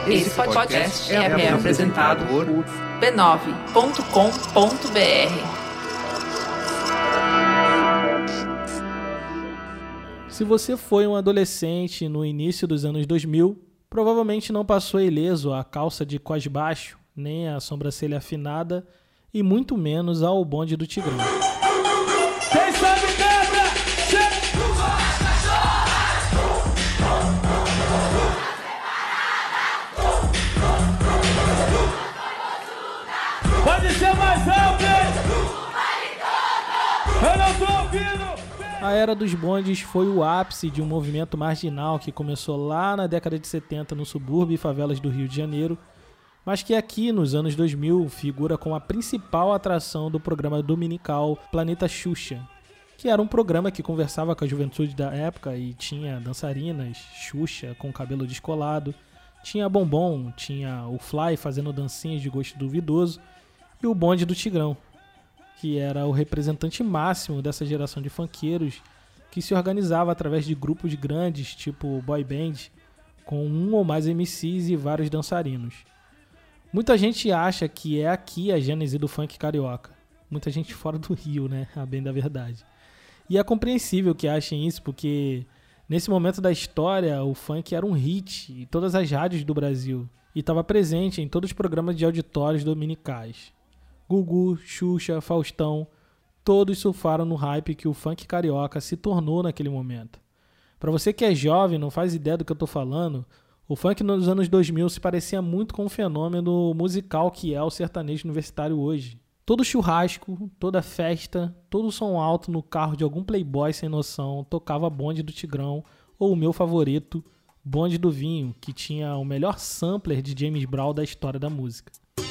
Esse podcast é apresentado por b9.com.br. Se você foi um adolescente no início dos anos 2000, provavelmente não passou ileso a calça de cós baixo, nem a sobrancelha afinada e muito menos ao bonde do Tigrão. Quem sabe quebra! Pode ser mais alto! Eu não tô ouvindo! A era dos bondes foi o ápice de um movimento marginal que começou lá na década de 70 no subúrbio e favelas do Rio de Janeiro, mas que aqui nos anos 2000 figura como a principal atração do programa dominical Planeta Xuxa, que era um programa que conversava com a juventude da época e tinha dançarinas, Xuxa com cabelo descolado, tinha Bombom, tinha o Fly fazendo dancinhas de gosto duvidoso e o bonde do Tigrão, que era o representante máximo dessa geração de funkeiros que se organizava através de grupos grandes, tipo boy band, com um ou mais MCs e vários dançarinos. Muita gente acha que é aqui a gênese do funk carioca. Muita gente fora do Rio, né? A bem da verdade. E é compreensível que achem isso, porque nesse momento da história o funk era um hit em todas as rádios do Brasil e estava presente em todos os programas de auditórios dominicais. Gugu, Xuxa, Faustão, todos surfaram no hype que o funk carioca se tornou naquele momento. Para você que é jovem, não faz ideia do que eu tô falando, o funk nos anos 2000 se parecia muito com o fenômeno musical que é o sertanejo universitário hoje. Todo churrasco, toda festa, todo som alto no carro de algum playboy sem noção tocava Bonde do Tigrão ou o meu favorito, Bonde do Vinho, que tinha o melhor sampler de James Brown da história da música.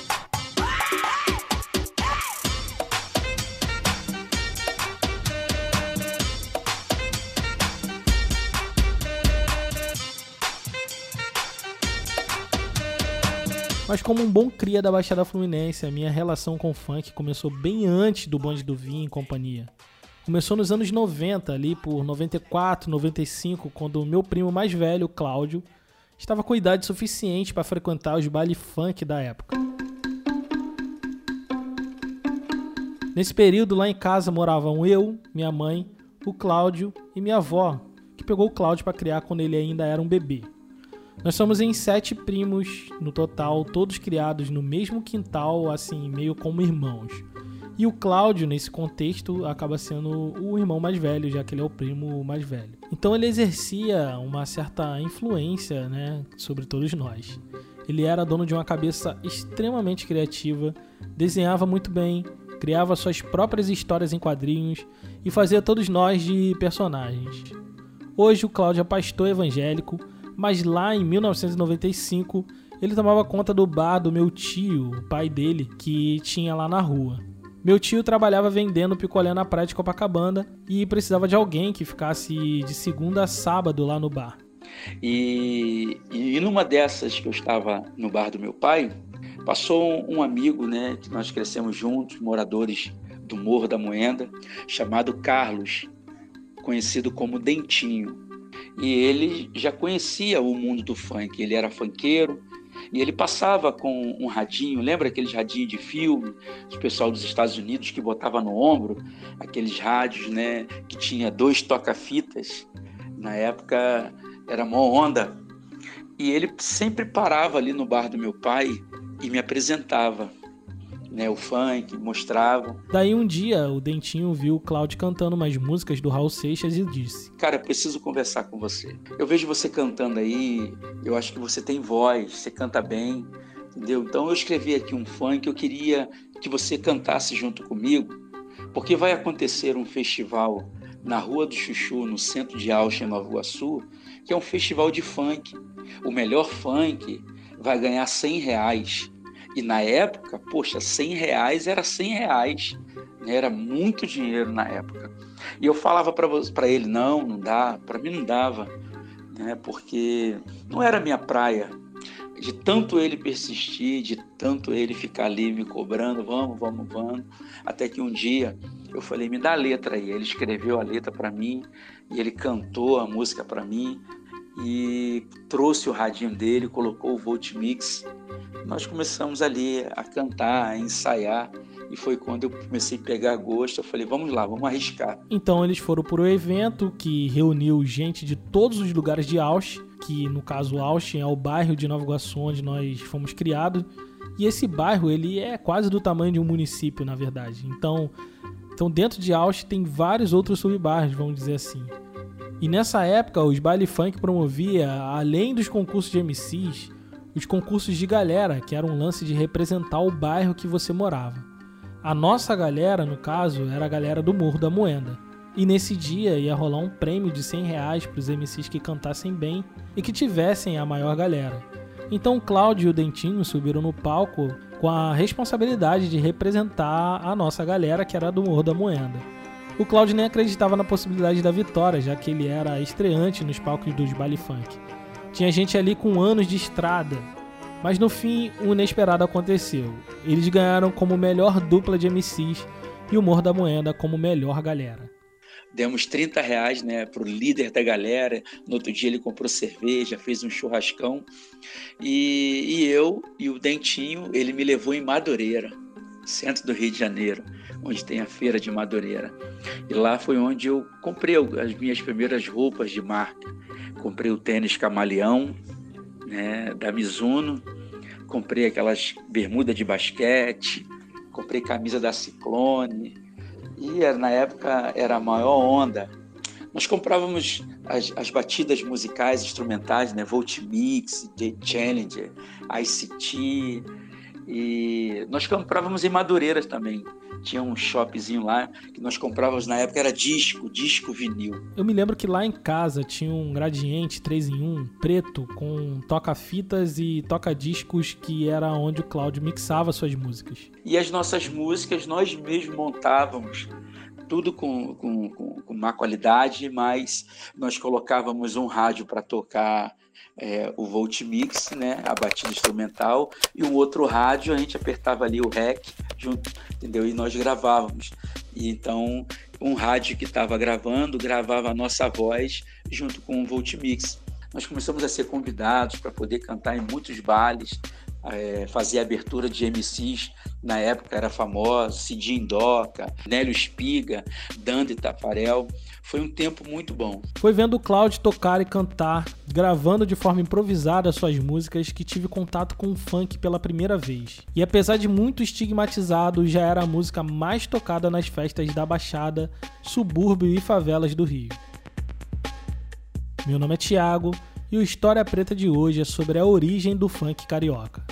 Mas como um bom cria da Baixada Fluminense, a minha relação com o funk começou bem antes do Bonde do Vinho e companhia. Começou nos anos 90, ali por 94, 95, quando o meu primo mais velho, Cláudio, estava com idade suficiente para frequentar os baile funk da época. Nesse período, lá em casa moravam eu, minha mãe, o Cláudio e minha avó, que pegou o Cláudio para criar quando ele ainda era um bebê. Nós somos em 7 primos no total, todos criados no mesmo quintal, assim, meio como irmãos. E o Cláudio, nesse contexto, acaba sendo o irmão mais velho, já que ele é o primo mais velho. Então ele exercia uma certa influência, né, sobre todos nós. Ele era dono de uma cabeça extremamente criativa, desenhava muito bem, criava suas próprias histórias em quadrinhos e fazia todos nós de personagens. Hoje o Cláudio é pastor evangélico, mas lá em 1995 ele tomava conta do bar do meu tio, o pai dele, que tinha lá na rua. Meu tio trabalhava vendendo picolé na praia de Copacabana e precisava de alguém que ficasse de segunda a sábado lá no bar. E numa dessas que eu estava no bar do meu pai, passou um amigo, né, que nós crescemos juntos, moradores do Morro da Moenda, chamado Carlos, conhecido como Dentinho. E ele já conhecia o mundo do funk, ele era funkeiro e ele passava com um radinho, lembra aqueles radinhos de filme, o pessoal dos Estados Unidos que botava no ombro, aqueles rádios, né, que tinha 2 toca-fitas, na época era mó onda, e ele sempre parava ali no bar do meu pai e me apresentava, né, o funk, mostrava. Daí um dia o Dentinho viu o Cláudio cantando umas músicas do Raul Seixas e disse: "Cara, eu preciso conversar com você. Eu vejo você cantando aí, eu acho que você tem voz, você canta bem, entendeu? Então eu escrevi aqui um funk, eu queria que você cantasse junto comigo, porque vai acontecer um festival na Rua do Chuchu, no centro de Auschwitz, em Nova Iguaçu, que é um festival de funk. O melhor funk vai ganhar R$100. E na época, poxa, R$100 era R$100, né? Era muito dinheiro na época. E eu falava para ele, não dá, para mim não dava, né? Porque não era minha praia. De tanto ele persistir, de tanto ele ficar ali me cobrando, vamos, até que um dia eu falei, me dá a letra aí. Ele escreveu a letra para mim e ele cantou a música para mim. e trouxe o radinho dele, colocou o Voltmix. Nós começamos ali a cantar, a ensaiar, e foi quando eu comecei a pegar gosto. Eu falei, vamos lá, vamos arriscar. Então eles foram para o evento que reuniu gente de todos os lugares de Ausch, que no caso Ausch é o bairro de Nova Iguaçu onde nós fomos criados. E esse bairro ele é quase do tamanho de um município, na verdade. Então dentro de Ausch tem vários outros subbairros, vamos dizer assim. E nessa época os baile funk promovia, além dos concursos de MCs, os concursos de galera, que era um lance de representar o bairro que você morava. A nossa galera, no caso, era a galera do Morro da Moenda. E nesse dia ia rolar um prêmio de R$100 para os MCs que cantassem bem e que tivessem a maior galera. Então o Cláudio e o Dentinho subiram no palco com a responsabilidade de representar a nossa galera, que era do Morro da Moenda. O Cláudio nem acreditava na possibilidade da vitória, já que ele era estreante nos palcos dos baile funk. Tinha gente ali com anos de estrada, mas no fim o inesperado aconteceu. Eles ganharam como melhor dupla de MCs e o Morro da Moenda como melhor galera. Demos R$30, né, pro líder da galera. No outro dia ele comprou cerveja, fez um churrascão. E eu e o Dentinho, ele me levou em Madureira, centro do Rio de Janeiro, onde tem a feira de Madureira. E lá foi onde eu comprei as minhas primeiras roupas de marca. Comprei o tênis Camaleão, né, da Mizuno. Comprei aquelas bermudas de basquete. Comprei camisa da Ciclone. E na época era a maior onda. Nós comprávamos as batidas musicais, instrumentais, né? Voltmix, The Challenger, ICT. E nós comprávamos em Madureira também. Tinha um shopzinho lá que nós comprávamos na época, era disco vinil. Eu me lembro que lá em casa tinha um Gradiente 3-em-1 preto com toca-fitas e toca-discos, que era onde o Cláudio mixava suas músicas. E as nossas músicas nós mesmos montávamos, tudo com má qualidade, mas nós colocávamos um rádio para tocar o Voltmix, né, a batida instrumental, e um outro rádio a gente apertava ali o REC junto, entendeu? E nós gravávamos. E então um rádio que estava gravava a nossa voz junto com o Voltmix. Nós começamos a ser convidados para poder cantar em muitos bailes, fazer abertura de MCs, na época era famoso, Cid Indoca, Nélio Espiga, Dando e Tafarel. Foi um tempo muito bom. Foi vendo o Cláudio tocar e cantar, gravando de forma improvisada suas músicas, que tive contato com o funk pela primeira vez. E apesar de muito estigmatizado, já era a música mais tocada nas festas da Baixada, subúrbio e favelas do Rio. Meu nome é Thiago e o História Preta de hoje é sobre a origem do funk carioca.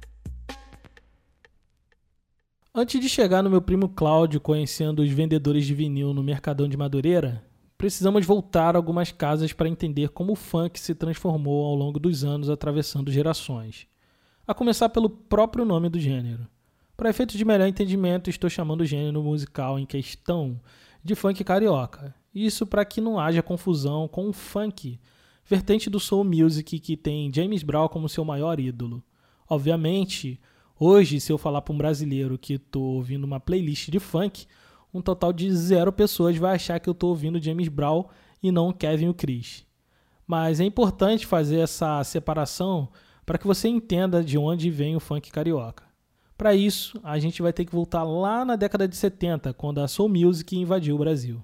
Antes de chegar no meu primo Cláudio conhecendo os vendedores de vinil no Mercadão de Madureira, precisamos voltar algumas casas para entender como o funk se transformou ao longo dos anos atravessando gerações. A começar pelo próprio nome do gênero. Para efeito de melhor entendimento, estou chamando o gênero musical em questão de funk carioca. Isso para que não haja confusão com o funk, vertente do soul music que tem James Brown como seu maior ídolo. Obviamente, hoje, se eu falar para um brasileiro que estou ouvindo uma playlist de funk, um total de 0 pessoas vai achar que eu estou ouvindo James Brown e não Kevin e o Chris. Mas é importante fazer essa separação para que você entenda de onde vem o funk carioca. Para isso, a gente vai ter que voltar lá na década de 70, quando a soul music invadiu o Brasil.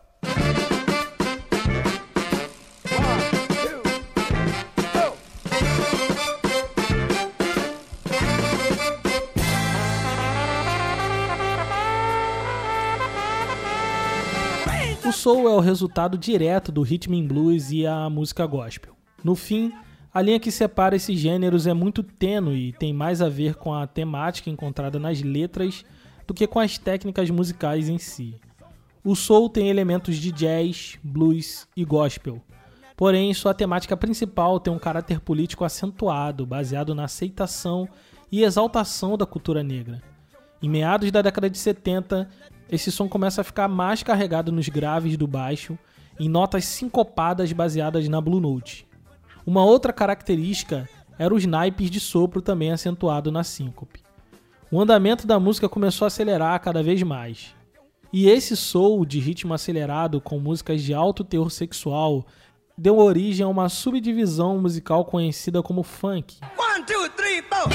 O soul é o resultado direto do rhythm and blues e a música gospel. No fim, a linha que separa esses gêneros é muito tênue e tem mais a ver com a temática encontrada nas letras do que com as técnicas musicais em si. O soul tem elementos de jazz, blues e gospel, porém sua temática principal tem um caráter político acentuado, baseado na aceitação e exaltação da cultura negra. Em meados da década de 70, esse som começa a ficar mais carregado nos graves do baixo, em notas sincopadas baseadas na Blue Note. Uma outra característica era os naipes de sopro também acentuado na síncope. O andamento da música começou a acelerar cada vez mais. E esse soul de ritmo acelerado com músicas de alto teor sexual deu origem a uma subdivisão musical conhecida como funk. 1, 2, 3, 4.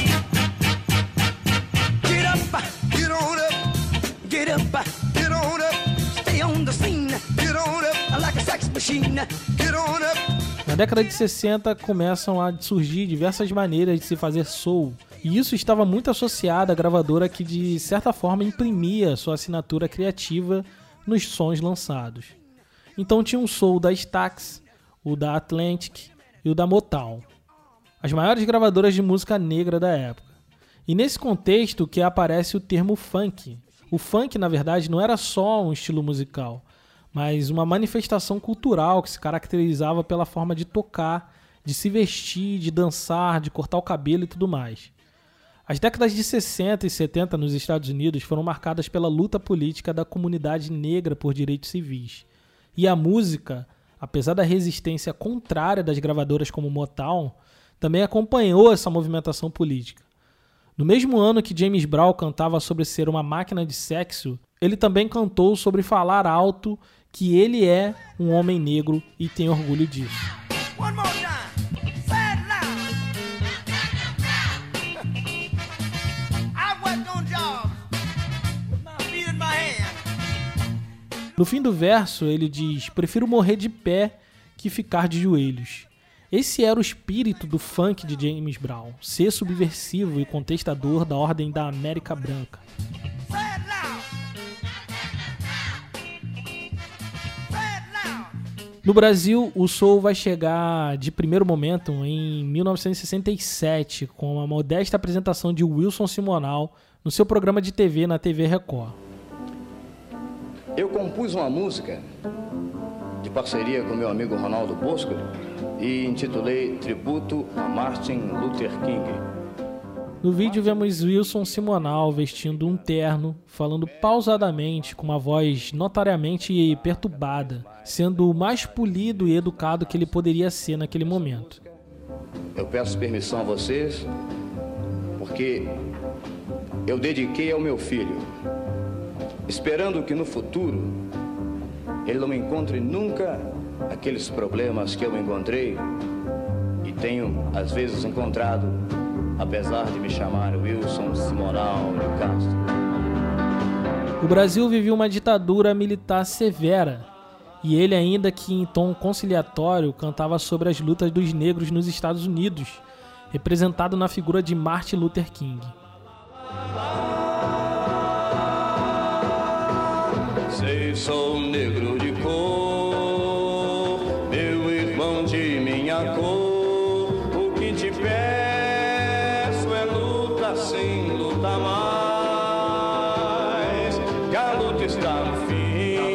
Get up, get on up, get up, get on up. Stay on the scene, get on up, like a sex machine, get on up. Na década de 60 começam a surgir diversas maneiras de se fazer soul, e isso estava muito associado à gravadora que de certa forma imprimia sua assinatura criativa nos sons lançados. Então tinha um soul da Stax, o da Atlantic e o da Motown, as maiores gravadoras de música negra da época. E nesse contexto que aparece o termo funk. O funk, na verdade, não era só um estilo musical, mas uma manifestação cultural que se caracterizava pela forma de tocar, de se vestir, de dançar, de cortar o cabelo e tudo mais. As décadas de 60 e 70 nos Estados Unidos foram marcadas pela luta política da comunidade negra por direitos civis. E a música, apesar da resistência contrária das gravadoras como Motown, também acompanhou essa movimentação política. No mesmo ano que James Brown cantava sobre ser uma máquina de sexo, ele também cantou sobre falar alto que ele é um homem negro e tem orgulho disso. One more time. Say it loud. I worked on jobs with my feet in my hand. No fim do verso, ele diz: prefiro morrer de pé que ficar de joelhos. Esse era o espírito do funk de James Brown, ser subversivo e contestador da ordem da América branca. Say it loud. Say it loud. No Brasil, o soul vai chegar de primeiro momento em 1967, com a modesta apresentação de Wilson Simonal no seu programa de TV na TV Record. Eu compus uma música de parceria com meu amigo Ronaldo Bosco e intitulei Tributo a Martin Luther King. No vídeo vemos Wilson Simonal vestindo um terno, falando pausadamente, com uma voz notoriamente perturbada, sendo o mais polido e educado que ele poderia ser naquele momento. Eu peço permissão a vocês, porque eu dediquei ao meu filho, esperando que no futuro ele não encontre nunca aqueles problemas que eu encontrei e tenho às vezes encontrado, apesar de me chamar Wilson Simonal de Castro. O Brasil vivia uma ditadura militar severa, e ele, ainda que em tom conciliatório, cantava sobre as lutas dos negros nos Estados Unidos, representado na figura de Martin Luther King. Sei, sou negro de cor, meu irmão de minha cor. O que te peço é luta sem luta mais, que a luta está no fim.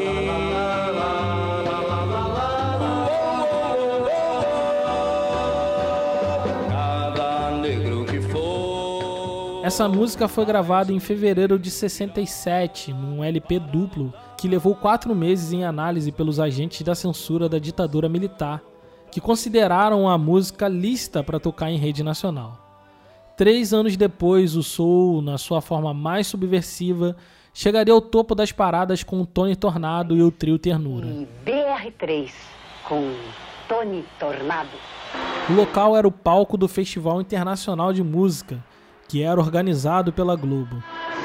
Cada negro que for. Essa música foi gravada em fevereiro de 67, num LP duplo, que levou 4 meses em análise pelos agentes da censura da ditadura militar, que consideraram a música lícita para tocar em rede nacional. 3 anos depois, o soul, na sua forma mais subversiva, chegaria ao topo das paradas com Tony Tornado e o trio Ternura. BR3 com Tony Tornado. O local era o palco do Festival Internacional de Música, que era organizado pela Globo.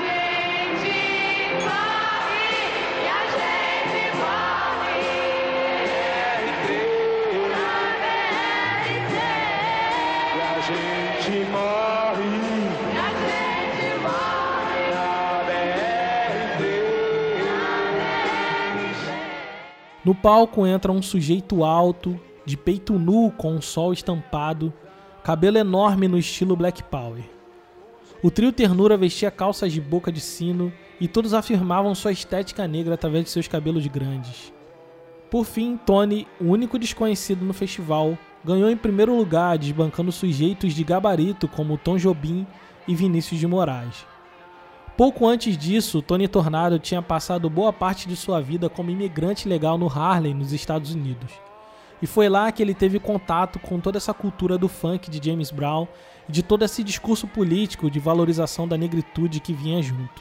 No palco entra um sujeito alto, de peito nu com um sol estampado, cabelo enorme no estilo Black Power. O trio Ternura vestia calças de boca de sino e todos afirmavam sua estética negra através de seus cabelos grandes. Por fim, Tony, o único desconhecido no festival, ganhou em primeiro lugar, desbancando sujeitos de gabarito como Tom Jobim e Vinícius de Moraes. Pouco antes disso, Tony Tornado tinha passado boa parte de sua vida como imigrante legal no Harlem, nos Estados Unidos. E foi lá que ele teve contato com toda essa cultura do funk de James Brown e de todo esse discurso político de valorização da negritude que vinha junto.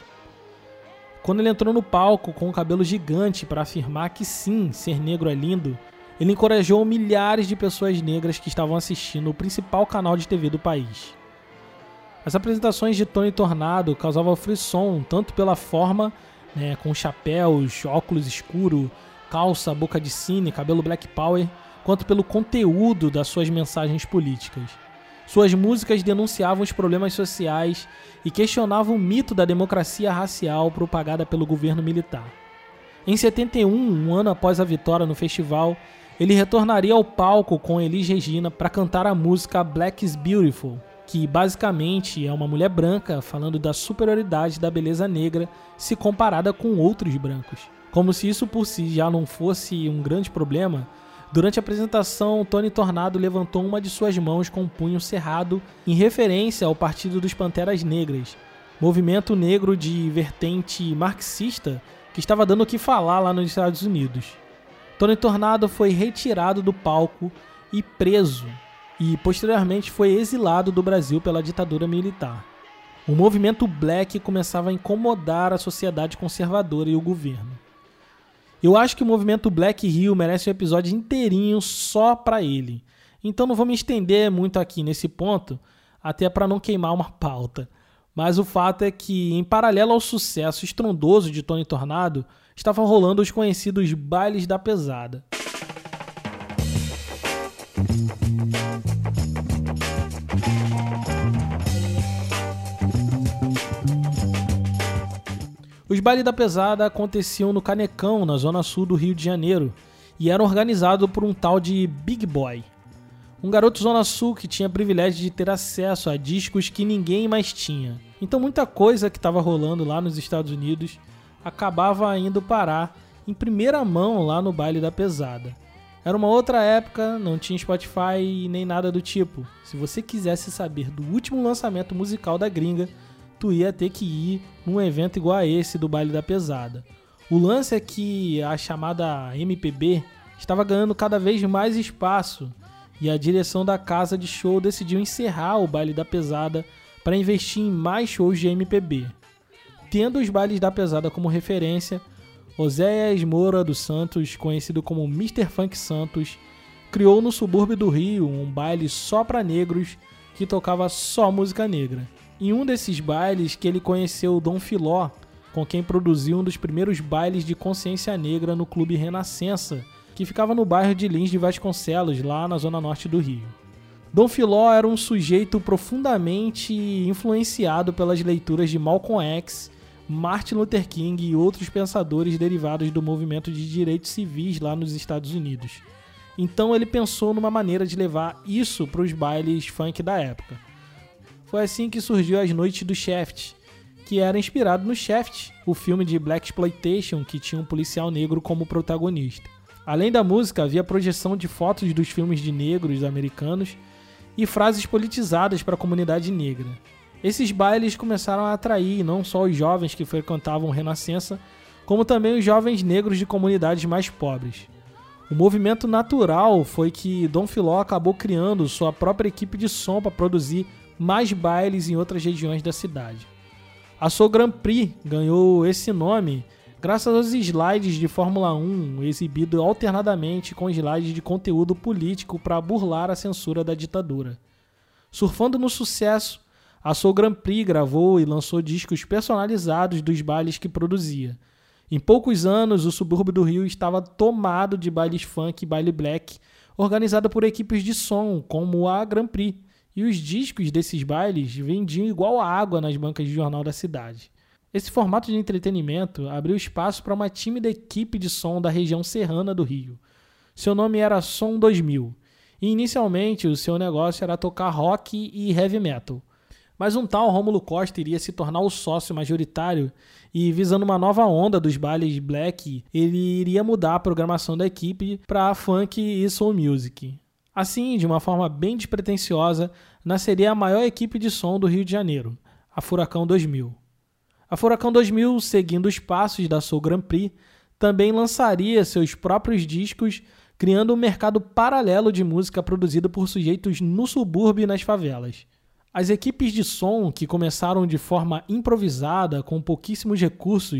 Quando ele entrou no palco com um cabelo gigante para afirmar que sim, ser negro é lindo, ele encorajou milhares de pessoas negras que estavam assistindo o principal canal de TV do país. As apresentações de Tony Tornado causavam frisson tanto pela forma, com chapéus, óculos escuros, calça, boca de cine, cabelo black power, quanto pelo conteúdo das suas mensagens políticas. Suas músicas denunciavam os problemas sociais e questionavam o mito da democracia racial propagada pelo governo militar. Em 71, um ano após a vitória no festival, ele retornaria ao palco com Elis Regina para cantar a música Black is Beautiful, que basicamente é uma mulher branca falando da superioridade da beleza negra se comparada com outros brancos. Como se isso por si já não fosse um grande problema, durante a apresentação, Tony Tornado levantou uma de suas mãos com o punho cerrado em referência ao Partido dos Panteras Negras, movimento negro de vertente marxista que estava dando o que falar lá nos Estados Unidos. Tony Tornado foi retirado do palco e preso, e posteriormente foi exilado do Brasil pela ditadura militar. O movimento Black começava a incomodar a sociedade conservadora e o governo. Eu acho que o movimento Black Rio merece um episódio inteirinho só para ele, então não vou me estender muito aqui nesse ponto, até para não queimar uma pauta. Mas o fato é que, em paralelo ao sucesso estrondoso de Tony Tornado, estavam rolando os conhecidos bailes da pesada. Os bailes da pesada aconteciam no Canecão, na zona sul do Rio de Janeiro, e eram organizados por um tal de Big Boy, um garoto zona sul que tinha privilégio de ter acesso a discos que ninguém mais tinha. Então muita coisa que estava rolando lá nos Estados Unidos acabava indo parar em primeira mão lá no baile da pesada. Era uma outra época, não tinha Spotify nem nada do tipo. Se você quisesse saber do último lançamento musical da gringa, tu ia ter que ir num evento igual a esse do baile da pesada. O lance é que a chamada MPB estava ganhando cada vez mais espaço e a direção da casa de show decidiu encerrar o baile da pesada para investir em mais shows de MPB. Tendo os bailes da pesada como referência, Oséias Moura dos Santos, conhecido como Mr. Funk Santos, criou no subúrbio do Rio um baile só para negros que tocava só música negra. Em um desses bailes que ele conheceu o Dom Filó, com quem produziu um dos primeiros bailes de consciência negra no Clube Renascença, que ficava no bairro de Lins de Vasconcelos, lá na zona norte do Rio. Dom Filó era um sujeito profundamente influenciado pelas leituras de Malcolm X, Martin Luther King e outros pensadores derivados do movimento de direitos civis lá nos Estados Unidos. Então ele pensou numa maneira de levar isso para os bailes funk da época. Foi assim que surgiu as Noites do Shaft, que era inspirado no Shaft, o filme de Blaxploitation que tinha um policial negro como protagonista. Além da música, havia projeção de fotos dos filmes de negros americanos e frases politizadas para a comunidade negra. Esses bailes começaram a atrair não só os jovens que frequentavam Renascença, como também os jovens negros de comunidades mais pobres. O movimento natural foi que Dom Filó acabou criando sua própria equipe de som para produzir mais bailes em outras regiões da cidade. A Soul Grand Prix ganhou esse nome graças aos slides de Fórmula 1 exibidos alternadamente com slides de conteúdo político para burlar a censura da ditadura. Surfando no sucesso, a Soul Grand Prix gravou e lançou discos personalizados dos bailes que produzia. Em poucos anos, o subúrbio do Rio estava tomado de bailes funk e baile black, organizado por equipes de som, como a Grand Prix, e os discos desses bailes vendiam igual a água nas bancas de jornal da cidade. Esse formato de entretenimento abriu espaço para uma tímida equipe de som da região serrana do Rio. Seu nome era Som 2000, e inicialmente o seu negócio era tocar rock e heavy metal. Mas um tal Rômulo Costa iria se tornar o sócio majoritário e, visando uma nova onda dos bailes black, ele iria mudar a programação da equipe para funk e soul music. Assim, de uma forma bem despretensiosa, nasceria a maior equipe de som do Rio de Janeiro, a Furacão 2000. A Furacão 2000, seguindo os passos da Soul Grand Prix, também lançaria seus próprios discos, criando um mercado paralelo de música produzido por sujeitos no subúrbio e nas favelas. As equipes de som, que começaram de forma improvisada, com pouquíssimos recursos,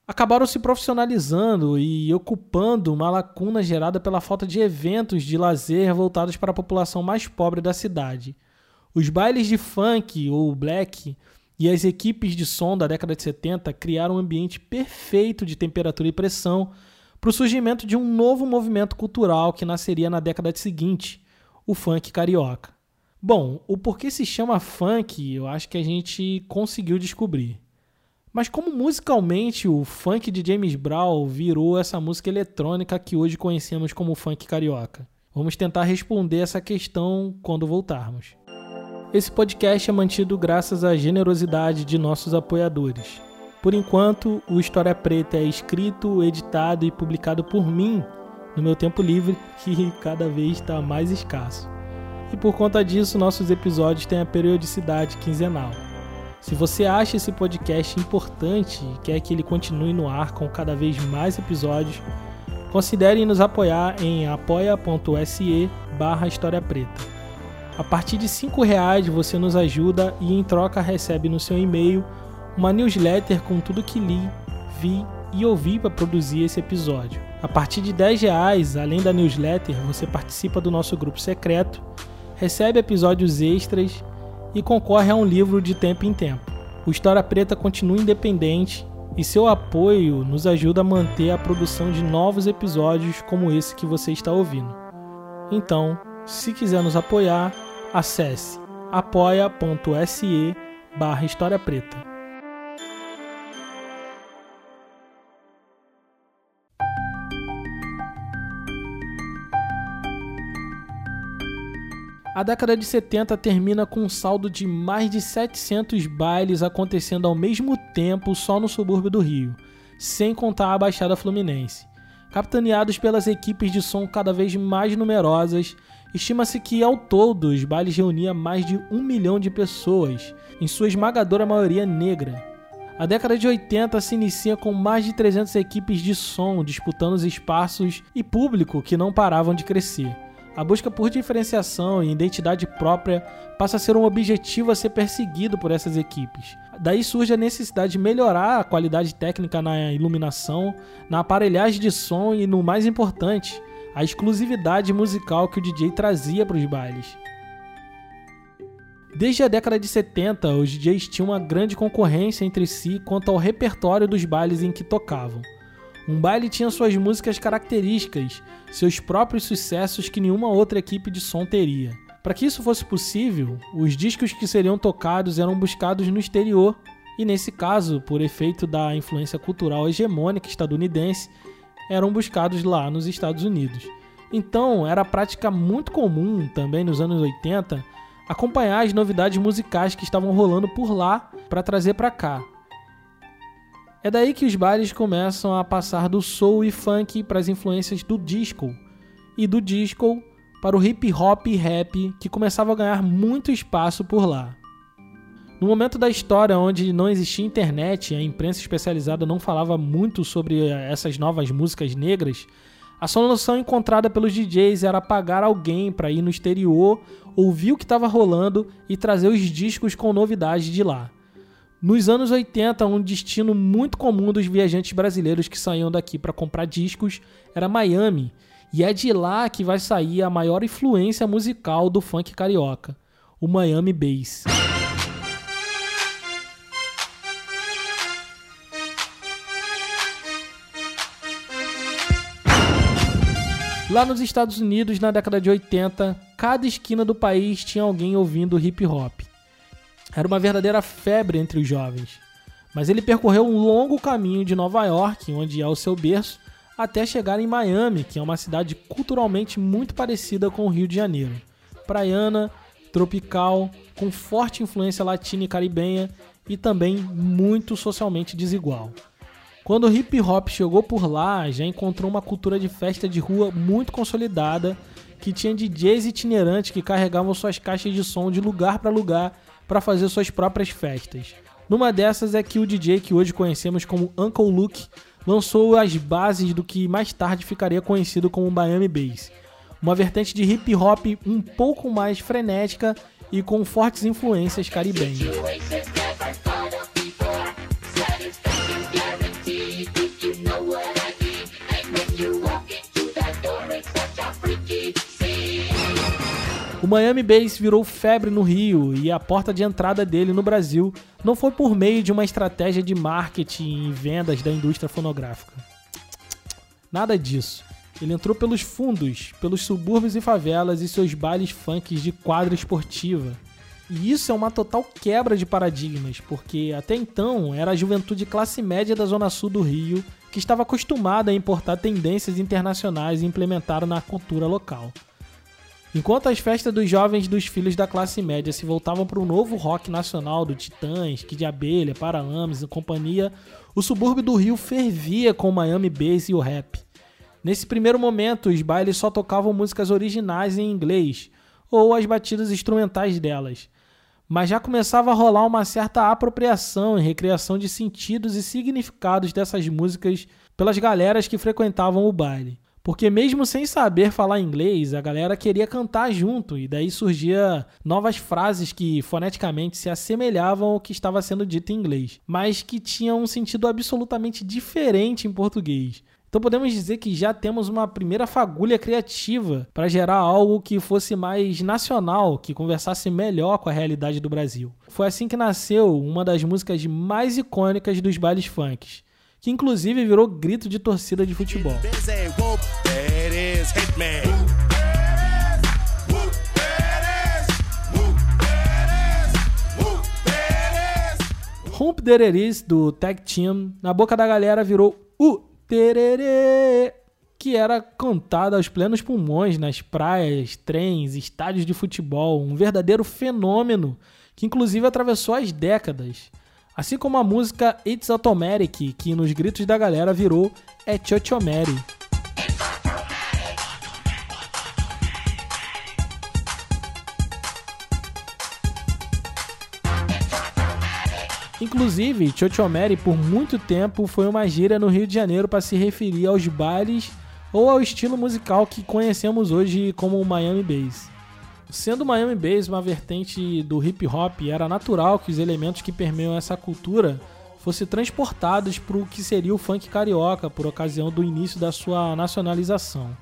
acabaram se profissionalizando e ocupando uma lacuna gerada pela falta de eventos de lazer voltados para a população mais pobre da cidade. Os bailes de funk ou black e as equipes de som da década de 70 criaram um ambiente perfeito de temperatura e pressão para o surgimento de um novo movimento cultural que nasceria na década seguinte, o funk carioca. Bom, o porquê se chama funk eu acho que a gente conseguiu descobrir. Mas como musicalmente o funk de James Brown virou essa música eletrônica que hoje conhecemos como funk carioca? Vamos tentar responder essa questão quando voltarmos. Esse podcast é mantido graças à generosidade de nossos apoiadores. Por enquanto, o História Preta é escrito, editado e publicado por mim no meu tempo livre, que cada vez está mais escasso. E por conta disso, nossos episódios têm a periodicidade quinzenal. Se você acha esse podcast importante e quer que ele continue no ar com cada vez mais episódios, considere nos apoiar em apoia.se/História Preta. A partir de R$5 você nos ajuda e em troca recebe no seu e-mail uma newsletter com tudo que li, vi e ouvi para produzir esse episódio. A partir de R$10, além da newsletter, você participa do nosso grupo secreto, recebe episódios extras e concorre a um livro de tempo em tempo. O História Preta continua independente e seu apoio nos ajuda a manter a produção de novos episódios como esse que você está ouvindo. Então, se quiser nos apoiar, acesse apoia.se/História Preta. A década de 70 termina com um saldo de mais de 700 bailes acontecendo ao mesmo tempo só no subúrbio do Rio, sem contar a Baixada Fluminense. Capitaneados pelas equipes de som cada vez mais numerosas, estima-se que ao todo os bailes reuniam mais de 1 milhão de pessoas, em sua esmagadora maioria negra. A década de 80 se inicia com mais de 300 equipes de som disputando os espaços e público que não paravam de crescer. A busca por diferenciação e identidade própria passa a ser um objetivo a ser perseguido por essas equipes. Daí surge a necessidade de melhorar a qualidade técnica na iluminação, na aparelhagem de som e, no mais importante, a exclusividade musical que o DJ trazia para os bailes. Desde a década de 70, os DJs tinham uma grande concorrência entre si quanto ao repertório dos bailes em que tocavam. Um baile tinha suas músicas características, seus próprios sucessos que nenhuma outra equipe de som teria. Para que isso fosse possível, os discos que seriam tocados eram buscados no exterior e, nesse caso, por efeito da influência cultural hegemônica estadunidense, eram buscados lá nos Estados Unidos. Então, era prática muito comum, também nos anos 80, acompanhar as novidades musicais que estavam rolando por lá para trazer para cá. É daí que os bailes começam a passar do soul e funk para as influências do disco, e do disco para o hip hop e rap, que começava a ganhar muito espaço por lá. No momento da história onde não existia internet e a imprensa especializada não falava muito sobre essas novas músicas negras, a solução encontrada pelos DJs era pagar alguém para ir no exterior, ouvir o que estava rolando e trazer os discos com novidades de lá. Nos anos 80, um destino muito comum dos viajantes brasileiros que saíam daqui para comprar discos era Miami, e é de lá que vai sair a maior influência musical do funk carioca, o Miami Bass. Lá nos Estados Unidos, na década de 80, cada esquina do país tinha alguém ouvindo hip hop. Era uma verdadeira febre entre os jovens, mas ele percorreu um longo caminho de Nova York, onde é o seu berço, até chegar em Miami, que é uma cidade culturalmente muito parecida com o Rio de Janeiro. Praiana, tropical, com forte influência latina e caribenha e também muito socialmente desigual. Quando o hip hop chegou por lá, já encontrou uma cultura de festa de rua muito consolidada, que tinha DJs itinerantes que carregavam suas caixas de som de lugar para lugar para fazer suas próprias festas. Numa dessas é que o DJ que hoje conhecemos como Uncle Luke lançou as bases do que mais tarde ficaria conhecido como Miami Bass, uma vertente de hip hop um pouco mais frenética e com fortes influências caribenhas. O Miami Bass virou febre no Rio e a porta de entrada dele no Brasil não foi por meio de uma estratégia de marketing e vendas da indústria fonográfica. Nada disso. Ele entrou pelos fundos, pelos subúrbios e favelas e seus bailes funks de quadra esportiva. E isso é uma total quebra de paradigmas, porque até então era a juventude classe média da zona sul do Rio que estava acostumada a importar tendências internacionais e implementar na cultura local. Enquanto as festas dos jovens dos filhos da classe média se voltavam para o novo rock nacional do Titãs, Kid de Abelha, Paralamas e companhia, o subúrbio do Rio fervia com o Miami Bass e o rap. Nesse primeiro momento, os bailes só tocavam músicas originais em inglês, ou as batidas instrumentais delas. Mas já começava a rolar uma certa apropriação e recriação de sentidos e significados dessas músicas pelas galeras que frequentavam o baile. Porque mesmo sem saber falar inglês, a galera queria cantar junto, e daí surgia novas frases que foneticamente se assemelhavam ao que estava sendo dito em inglês, mas que tinham um sentido absolutamente diferente em português. Então podemos dizer que já temos uma primeira fagulha criativa para gerar algo que fosse mais nacional, que conversasse melhor com a realidade do Brasil. Foi assim que nasceu uma das músicas mais icônicas dos bailes funks, que inclusive virou grito de torcida de futebol. Hump There It Is, do Tag Team, na boca da galera virou tererê, que era cantada aos plenos pulmões nas praias, trens, estádios de futebol, um verdadeiro fenômeno que inclusive atravessou as décadas. Assim como a música It's Automatic, que nos gritos da galera virou Chochomeri. Inclusive, Chochomeri por muito tempo foi uma gíria no Rio de Janeiro para se referir aos bailes ou ao estilo musical que conhecemos hoje como o Miami Bass. Sendo o Miami Bass uma vertente do hip hop, era natural que os elementos que permeiam essa cultura fossem transportados para o que seria o funk carioca por ocasião do início da sua nacionalização.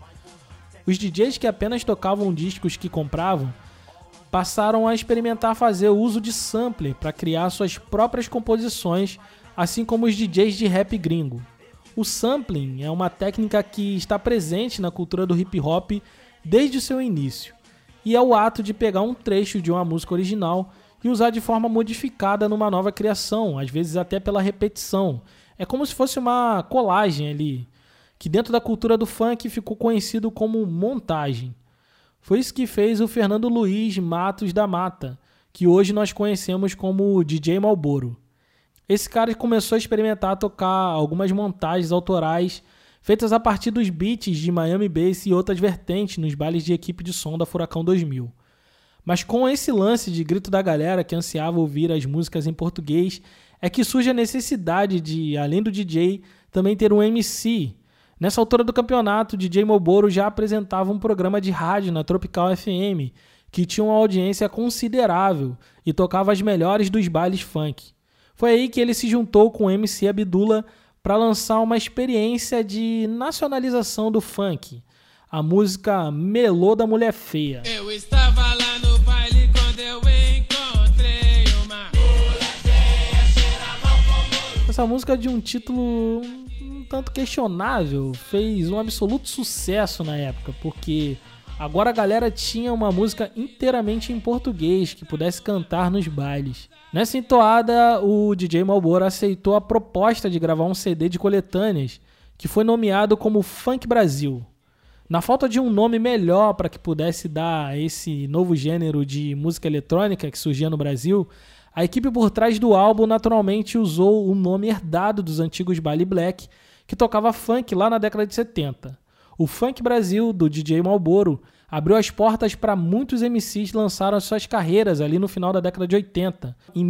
Os DJs que apenas tocavam discos que compravam passaram a experimentar fazer uso de sampler para criar suas próprias composições, assim como os DJs de rap gringo. O sampling é uma técnica que está presente na cultura do hip hop desde o seu início, e é o ato de pegar um trecho de uma música original e usar de forma modificada numa nova criação, às vezes até pela repetição. É como se fosse uma colagem ali, que dentro da cultura do funk ficou conhecido como montagem. Foi isso que fez o Fernando Luiz Matos da Mata, que hoje nós conhecemos como DJ Malboro. Esse cara começou a experimentar tocar algumas montagens autorais feitas a partir dos beats de Miami Bass e outras vertentes nos bailes de equipe de som da Furacão 2000. Mas com esse lance de grito da galera que ansiava ouvir as músicas em português, é que surge a necessidade de, além do DJ, também ter um MC. Nessa altura do campeonato, o DJ Malboro já apresentava um programa de rádio na Tropical FM, que tinha uma audiência considerável e tocava as melhores dos bailes funk. Foi aí que ele se juntou com o MC Abdullah para lançar uma experiência de nacionalização do funk, a música Melô da Mulher Feia. Eu estava lá no baile quando eu encontrei uma mulher feia, cheira mal como... Essa música de um título tanto questionável fez um absoluto sucesso na época, porque agora a galera tinha uma música inteiramente em português que pudesse cantar nos bailes. Nessa entoada, o DJ Malboro aceitou a proposta de gravar um CD de coletâneas que foi nomeado como Funk Brasil. Na falta de um nome melhor para que pudesse dar esse novo gênero de música eletrônica que surgia no Brasil, a equipe por trás do álbum naturalmente usou o nome herdado dos antigos baile black, que tocava funk lá na década de 70. O Funk Brasil, do DJ Malboro, abriu as portas para muitos MCs que lançaram suas carreiras ali no final da década de 80, em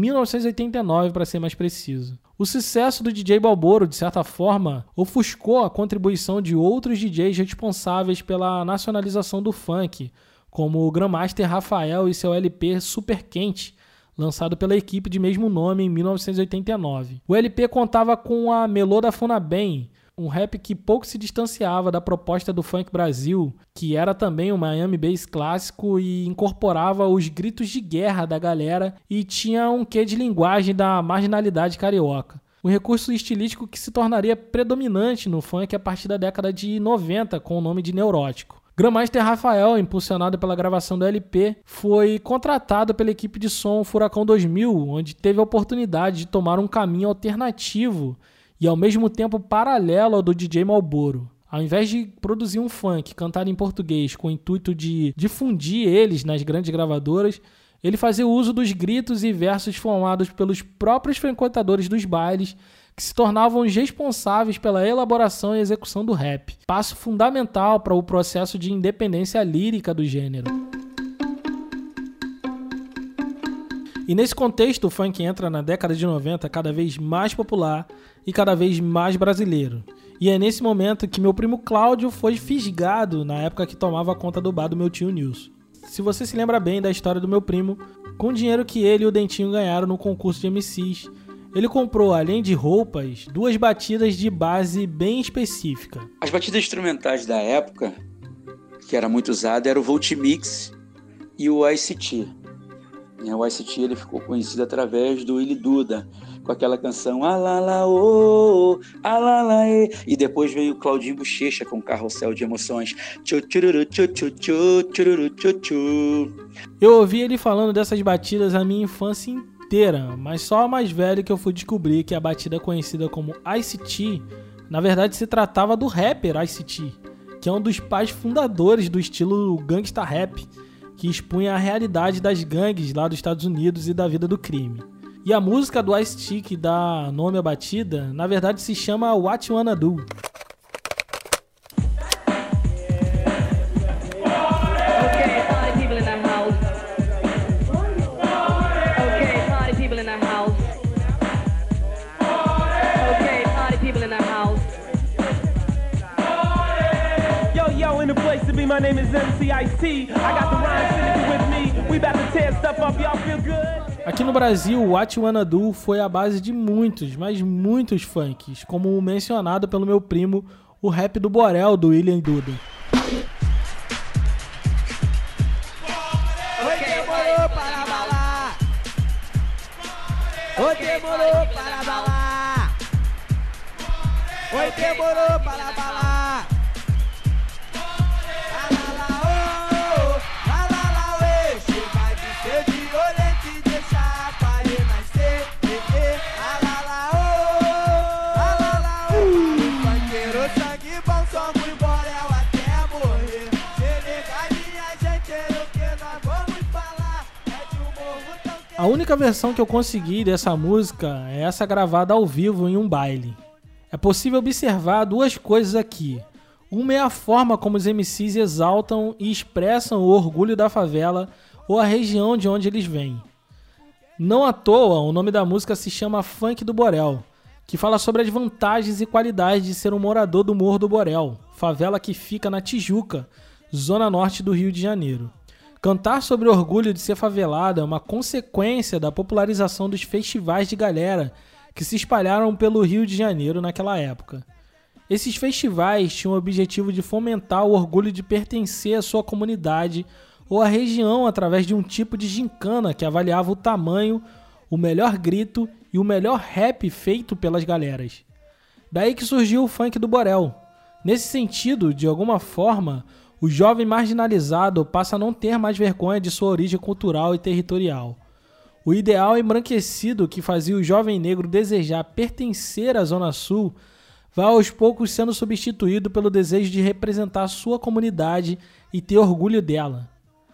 1989 para ser mais preciso. O sucesso do DJ Malboro, de certa forma, ofuscou a contribuição de outros DJs responsáveis pela nacionalização do funk, como o Grandmaster Rafael e seu LP Super Quente, lançado pela equipe de mesmo nome em 1989. O LP contava com a Melô da Funabem, um rap que pouco se distanciava da proposta do funk Brasil, que era também um Miami Bass clássico e incorporava os gritos de guerra da galera e tinha um quê de linguagem da marginalidade carioca. Um recurso estilístico que se tornaria predominante no funk a partir da década de 90 com o nome de Neurótico. Grandmaster Rafael, impulsionado pela gravação do LP, foi contratado pela equipe de som Furacão 2000, onde teve a oportunidade de tomar um caminho alternativo e ao mesmo tempo paralelo ao do DJ Malboro. Ao invés de produzir um funk cantado em português com o intuito de difundir eles nas grandes gravadoras, ele fazia uso dos gritos e versos formados pelos próprios frequentadores dos bailes, que se tornavam os responsáveis pela elaboração e execução do rap, passo fundamental para o processo de independência lírica do gênero. E nesse contexto, o funk entra na década de 90 cada vez mais popular e cada vez mais brasileiro. E é nesse momento que meu primo Cláudio foi fisgado na época que tomava conta do bar do meu tio Nilson. Se você se lembra bem da história do meu primo, com o dinheiro que ele e o Dentinho ganharam no concurso de MCs, ele comprou, além de roupas, 2 batidas de base bem específica. As batidas instrumentais da época, que era muito usada, era o Voltimix e o ICT. O ICT ele ficou conhecido através do Willy Duda, com aquela canção Alalaô, Alalaê. E depois veio o Claudinho Bochecha com Carrossel de Emoções. Eu ouvi ele falando dessas batidas a minha infância inteira, mas só a mais velho que eu fui descobrir que a batida conhecida como ICT, na verdade se tratava do rapper ICT, que é um dos pais fundadores do estilo gangsta rap, que expunha a realidade das gangues lá dos Estados Unidos e da vida do crime. E a música do Ice-T que dá nome à batida, na verdade se chama What You Wanna Do. My name is MCIC. I got the rhyme syndicate with me. We about to tear stuff up. Y'all feel good? Aqui no Brasil, o What You Wanna Do foi a base de muitos, mas muitos funks, como o mencionado pelo meu primo, o rap do Borel, do William Duda. Oi, demorou para balar. Oi, demorou para balar. Oi, demorou para balar. A única versão que eu consegui dessa música é essa gravada ao vivo em um baile. É possível observar 2 coisas aqui. Uma é a forma como os MCs exaltam e expressam o orgulho da favela ou a região de onde eles vêm. Não à toa, o nome da música se chama Funk do Borel, que fala sobre as vantagens e qualidades de ser um morador do Morro do Borel, favela que fica na Tijuca, zona norte do Rio de Janeiro. Cantar sobre o orgulho de ser favelado é uma consequência da popularização dos festivais de galera que se espalharam pelo Rio de Janeiro naquela época. Esses festivais tinham o objetivo de fomentar o orgulho de pertencer à sua comunidade ou à região através de um tipo de gincana que avaliava o tamanho, o melhor grito e o melhor rap feito pelas galeras. Daí que surgiu o funk do Borel. Nesse sentido, de alguma forma, o jovem marginalizado passa a não ter mais vergonha de sua origem cultural e territorial. O ideal embranquecido que fazia o jovem negro desejar pertencer à Zona Sul vai aos poucos sendo substituído pelo desejo de representar sua comunidade e ter orgulho dela.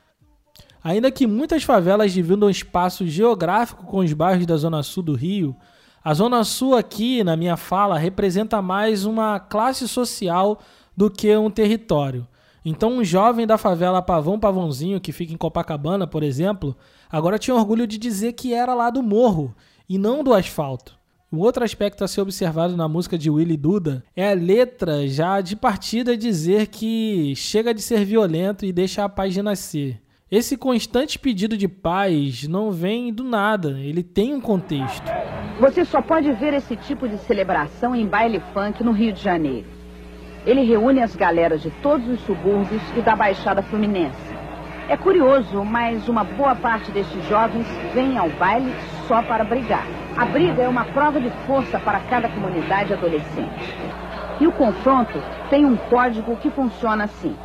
Ainda que muitas favelas dividam espaço geográfico com os bairros da Zona Sul do Rio, a Zona Sul aqui, na minha fala, representa mais uma classe social do que um território. Então um jovem da favela Pavãozinho, que fica em Copacabana, por exemplo, agora tinha orgulho de dizer que era lá do morro e não do asfalto. Um outro aspecto a ser observado na música de Willy Duda é a letra já de partida dizer que chega de ser violento e deixa a paz renascer. Esse constante pedido de paz não vem do nada, ele tem um contexto. Você só pode ver esse tipo de celebração em baile funk no Rio de Janeiro. Ele reúne as galeras de todos os subúrbios e da Baixada Fluminense. É curioso, mas uma boa parte destes jovens vem ao baile só para brigar. A briga é uma prova de força para cada comunidade adolescente. E o confronto tem um código que funciona assim.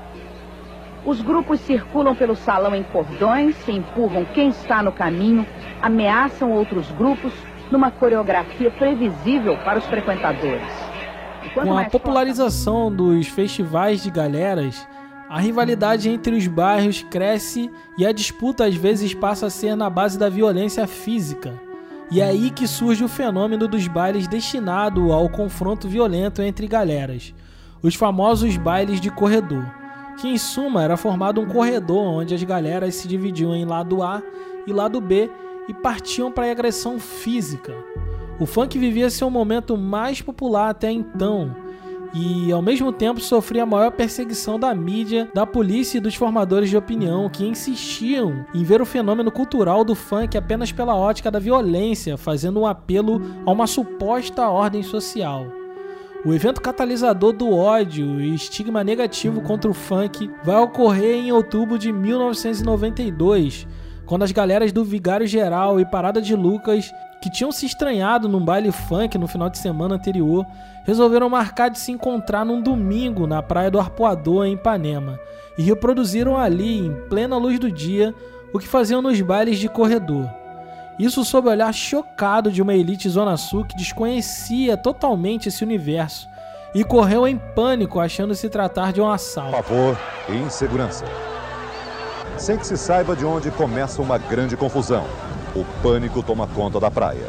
Os grupos circulam pelo salão em cordões, se empurram quem está no caminho, ameaçam outros grupos numa coreografia previsível para os frequentadores. Com a popularização dos festivais de galeras, a rivalidade entre os bairros cresce e a disputa às vezes passa a ser na base da violência física. E é aí que surge o fenômeno dos bailes destinado ao confronto violento entre galeras, os famosos bailes de corredor, que em suma era formado um corredor onde as galeras se dividiam em lado A e lado B e partiam para a agressão física. O funk vivia seu momento mais popular até então e ao mesmo tempo sofria a maior perseguição da mídia, da polícia e dos formadores de opinião que insistiam em ver o fenômeno cultural do funk apenas pela ótica da violência, fazendo um apelo a uma suposta ordem social. O evento catalisador do ódio e estigma negativo contra o funk vai ocorrer em outubro de 1992, quando as galeras do Vigário Geral e Parada de Lucas, que tinham se estranhado num baile funk no final de semana anterior, resolveram marcar de se encontrar num domingo na Praia do Arpoador, em Ipanema, e reproduziram ali, em plena luz do dia, o que faziam nos bailes de corredor. Isso sob o olhar chocado de uma elite Zona Sul que desconhecia totalmente esse universo e correu em pânico achando se tratar de um assalto. Pavor e insegurança. Sem que se saiba de onde começa uma grande confusão, o pânico toma conta da praia.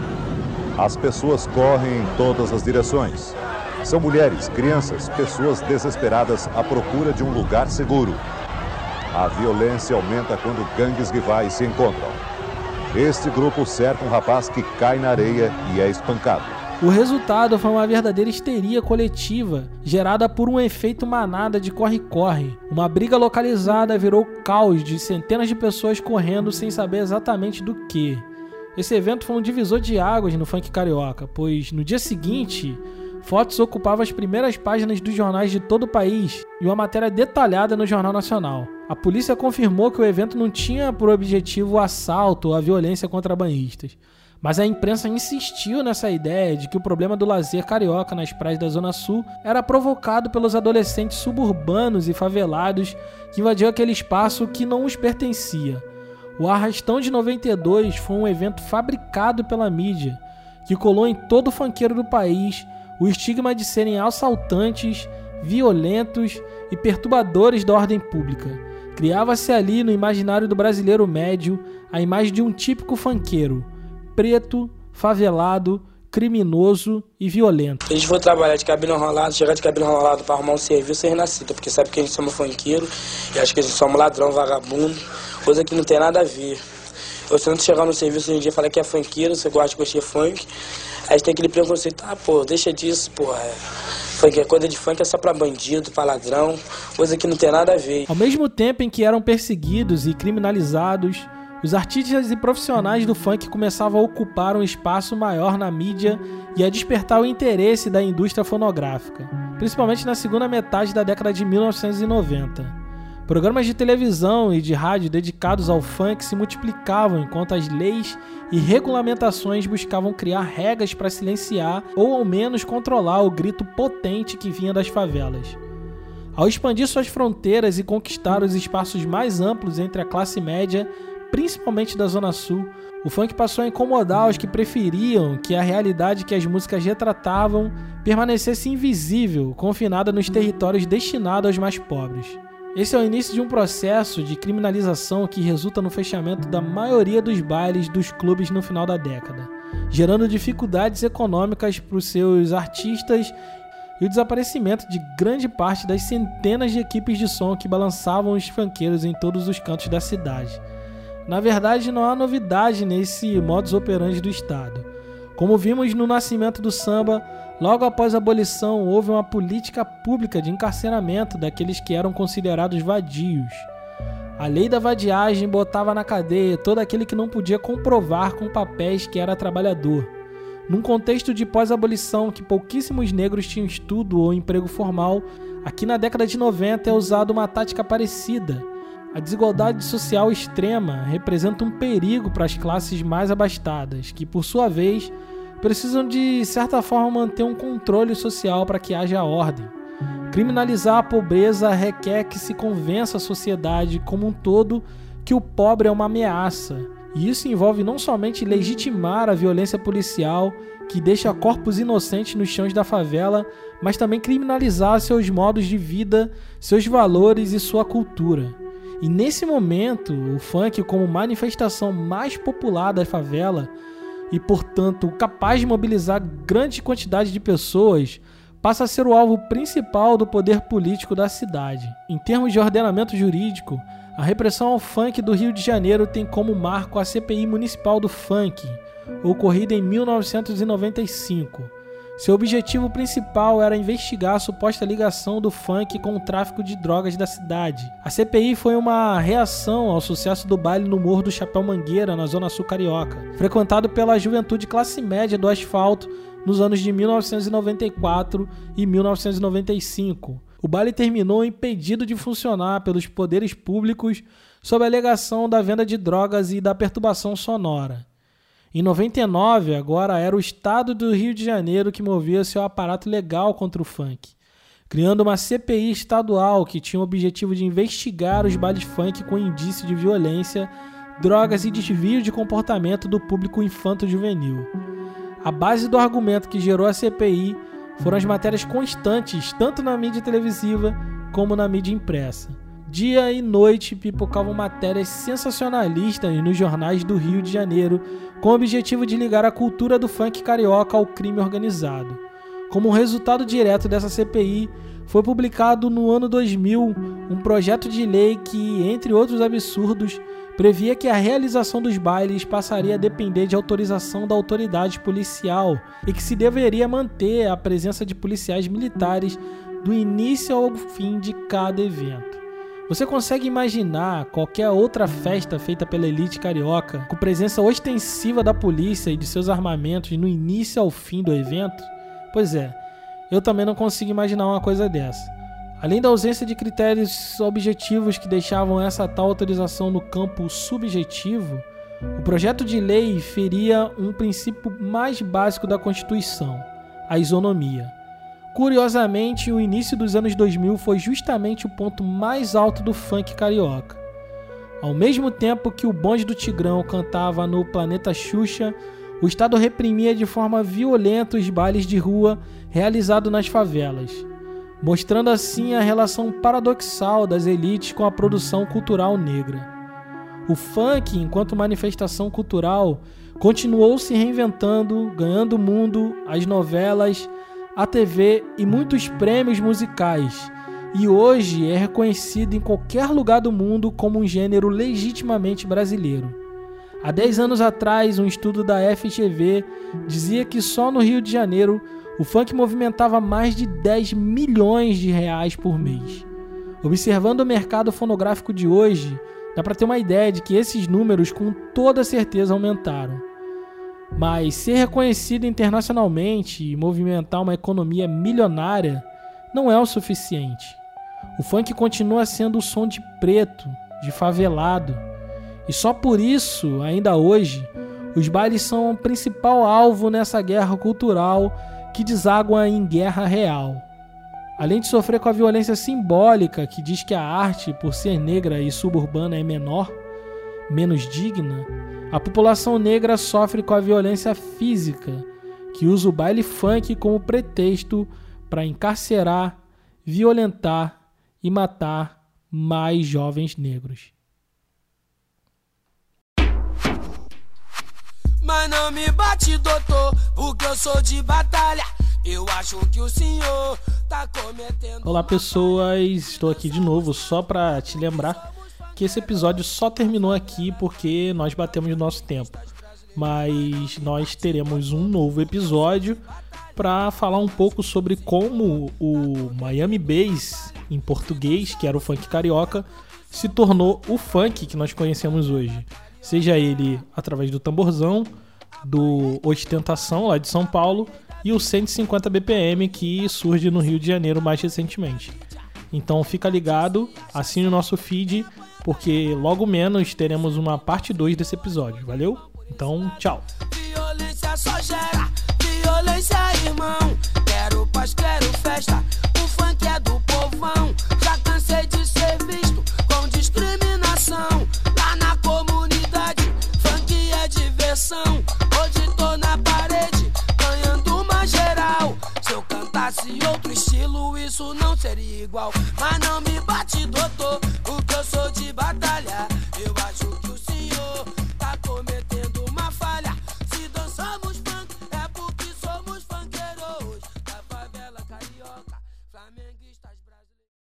As pessoas correm em todas as direções. São mulheres, crianças, pessoas desesperadas à procura de um lugar seguro. A violência aumenta quando gangues rivais se encontram. Este grupo cerca um rapaz que cai na areia e é espancado. O resultado foi uma verdadeira histeria coletiva, gerada por um efeito manada de corre-corre. Uma briga localizada virou caos de centenas de pessoas correndo sem saber exatamente do que. Esse evento foi um divisor de águas no funk carioca, pois no dia seguinte, fotos ocupavam as primeiras páginas dos jornais de todo o país e uma matéria detalhada no Jornal Nacional. A polícia confirmou que o evento não tinha por objetivo o assalto ou a violência contra banhistas, mas a imprensa insistiu nessa ideia de que o problema do lazer carioca nas praias da Zona Sul era provocado pelos adolescentes suburbanos e favelados que invadiam aquele espaço que não os pertencia. O Arrastão de 92 foi um evento fabricado pela mídia, que colou em todo o funkeiro do país o estigma de serem assaltantes, violentos e perturbadores da ordem pública. Criava-se ali no imaginário do brasileiro médio a imagem de um típico funkeiro, preto, favelado, criminoso e violento. Se a gente for trabalhar de cabelo enrolado, chegar de cabelo enrolado para arrumar um serviço, é renascida, porque sabe que a gente somos funkeiro e acha que a gente somos ladrão, vagabundo, coisa que não tem nada a ver. Eu tento chegar no serviço hoje em dia e falar que é funkeiro, você gosta de curtir funk, aí a gente tem aquele preconceito, deixa disso, funk é coisa de funk, é só pra bandido, pra ladrão, coisa que não tem nada a ver. Ao mesmo tempo em que eram perseguidos e criminalizados, os artistas e profissionais do funk começavam a ocupar um espaço maior na mídia e a despertar o interesse da indústria fonográfica, principalmente na segunda metade da década de 1990. Programas de televisão e de rádio dedicados ao funk se multiplicavam enquanto as leis e regulamentações buscavam criar regras para silenciar ou ao menos controlar o grito potente que vinha das favelas. Ao expandir suas fronteiras e conquistar os espaços mais amplos entre a classe média, principalmente da Zona Sul, o funk passou a incomodar os que preferiam que a realidade que as músicas retratavam permanecesse invisível, confinada nos territórios destinados aos mais pobres. Esse é o início de um processo de criminalização que resulta no fechamento da maioria dos bailes dos clubes no final da década, gerando dificuldades econômicas para os seus artistas e o desaparecimento de grande parte das centenas de equipes de som que balançavam os funkeiros em todos os cantos da cidade. Na verdade, não há novidade nesse modus operandi do Estado. Como vimos no nascimento do samba, logo após a abolição houve uma política pública de encarceramento daqueles que eram considerados vadios. A lei da vadiagem botava na cadeia todo aquele que não podia comprovar com papéis que era trabalhador. Num contexto de pós-abolição que pouquíssimos negros tinham estudo ou emprego formal, aqui na década de 90 é usada uma tática parecida. A desigualdade social extrema representa um perigo para as classes mais abastadas, que, por sua vez, precisam de certa forma manter um controle social para que haja ordem. Criminalizar a pobreza requer que se convença a sociedade como um todo que o pobre é uma ameaça. E isso envolve não somente legitimar a violência policial, que deixa corpos inocentes nos chãos da favela, mas também criminalizar seus modos de vida, seus valores e sua cultura. E nesse momento, o funk, como manifestação mais popular da favela e, portanto, capaz de mobilizar grande quantidade de pessoas, passa a ser o alvo principal do poder político da cidade. Em termos de ordenamento jurídico, a repressão ao funk do Rio de Janeiro tem como marco a CPI Municipal do Funk, ocorrida em 1995. Seu objetivo principal era investigar a suposta ligação do funk com o tráfico de drogas da cidade. A CPI foi uma reação ao sucesso do baile no Morro do Chapéu Mangueira, na Zona Sul Carioca, frequentado pela juventude classe média do asfalto nos anos de 1994 e 1995. O baile terminou impedido de funcionar pelos poderes públicos sob a alegação da venda de drogas e da perturbação sonora. Em 99, agora era o Estado do Rio de Janeiro que movia seu aparato legal contra o funk, criando uma CPI estadual que tinha o objetivo de investigar os bailes funk com indício de violência, drogas e desvio de comportamento do público infanto-juvenil. A base do argumento que gerou a CPI foram as matérias constantes, tanto na mídia televisiva como na mídia impressa. Dia e noite pipocavam matérias sensacionalistas nos jornais do Rio de Janeiro, com o objetivo de ligar a cultura do funk carioca ao crime organizado. Como um resultado direto dessa CPI, foi publicado no ano 2000 um projeto de lei que, entre outros absurdos, previa que a realização dos bailes passaria a depender de autorização da autoridade policial e que se deveria manter a presença de policiais militares do início ao fim de cada evento. Você consegue imaginar qualquer outra festa feita pela elite carioca com presença ostensiva da polícia e de seus armamentos no início ao fim do evento? Pois é, eu também não consigo imaginar uma coisa dessa. Além da ausência de critérios objetivos que deixavam essa tal autorização no campo subjetivo, o projeto de lei feria um princípio mais básico da Constituição, a isonomia. Curiosamente, o início dos anos 2000 foi justamente o ponto mais alto do funk carioca. Ao mesmo tempo que o bonde do Tigrão cantava no Planeta Xuxa, o Estado reprimia de forma violenta os bailes de rua realizados nas favelas, mostrando assim a relação paradoxal das elites com a produção cultural negra. O funk, enquanto manifestação cultural, continuou se reinventando, ganhando mundo, as novelas, a TV e muitos prêmios musicais, e hoje é reconhecido em qualquer lugar do mundo como um gênero legitimamente brasileiro. Há 10 anos atrás, um estudo da FGV dizia que só no Rio de Janeiro o funk movimentava mais de 10 milhões de reais por mês. Observando o mercado fonográfico de hoje, dá para ter uma ideia de que esses números com toda certeza aumentaram. Mas ser reconhecido internacionalmente e movimentar uma economia milionária não é o suficiente. O funk continua sendo o som de preto, de favelado. E só por isso, ainda hoje, os bailes são o principal alvo nessa guerra cultural que deságua em guerra real. Além de sofrer com a violência simbólica que diz que a arte, por ser negra e suburbana, é menor, menos digna, a população negra sofre com a violência física, que usa o baile funk como pretexto para encarcerar, violentar e matar mais jovens negros. Mas não me bate, doutor, porque eu sou de batalha. Eu acho que o senhor tá cometendo... Olá, pessoas, estou aqui de novo só para te lembrar que esse episódio só terminou aqui porque nós batemos o nosso tempo. Mas nós teremos um novo episódio para falar um pouco sobre como o Miami Bass, em português, que era o funk carioca, se tornou o funk que nós conhecemos hoje. Seja ele através do tamborzão do Ostentação, lá de São Paulo, e o 150 BPM, que surge no Rio de Janeiro mais recentemente. Então fica ligado, assine o nosso feed, porque logo menos teremos uma parte 2 desse episódio, valeu? Então, tchau! Violência só gera violência, irmão. Quero paz, quero festa, o funk é do povão. Já cansei de ser visto com discriminação. Lá na comunidade, funk é diversão. Hoje tô na parede, ganhando uma geral. Se eu cantasse outro estilo, isso não seria igual. Mas não me bate, doutor, porque eu sou de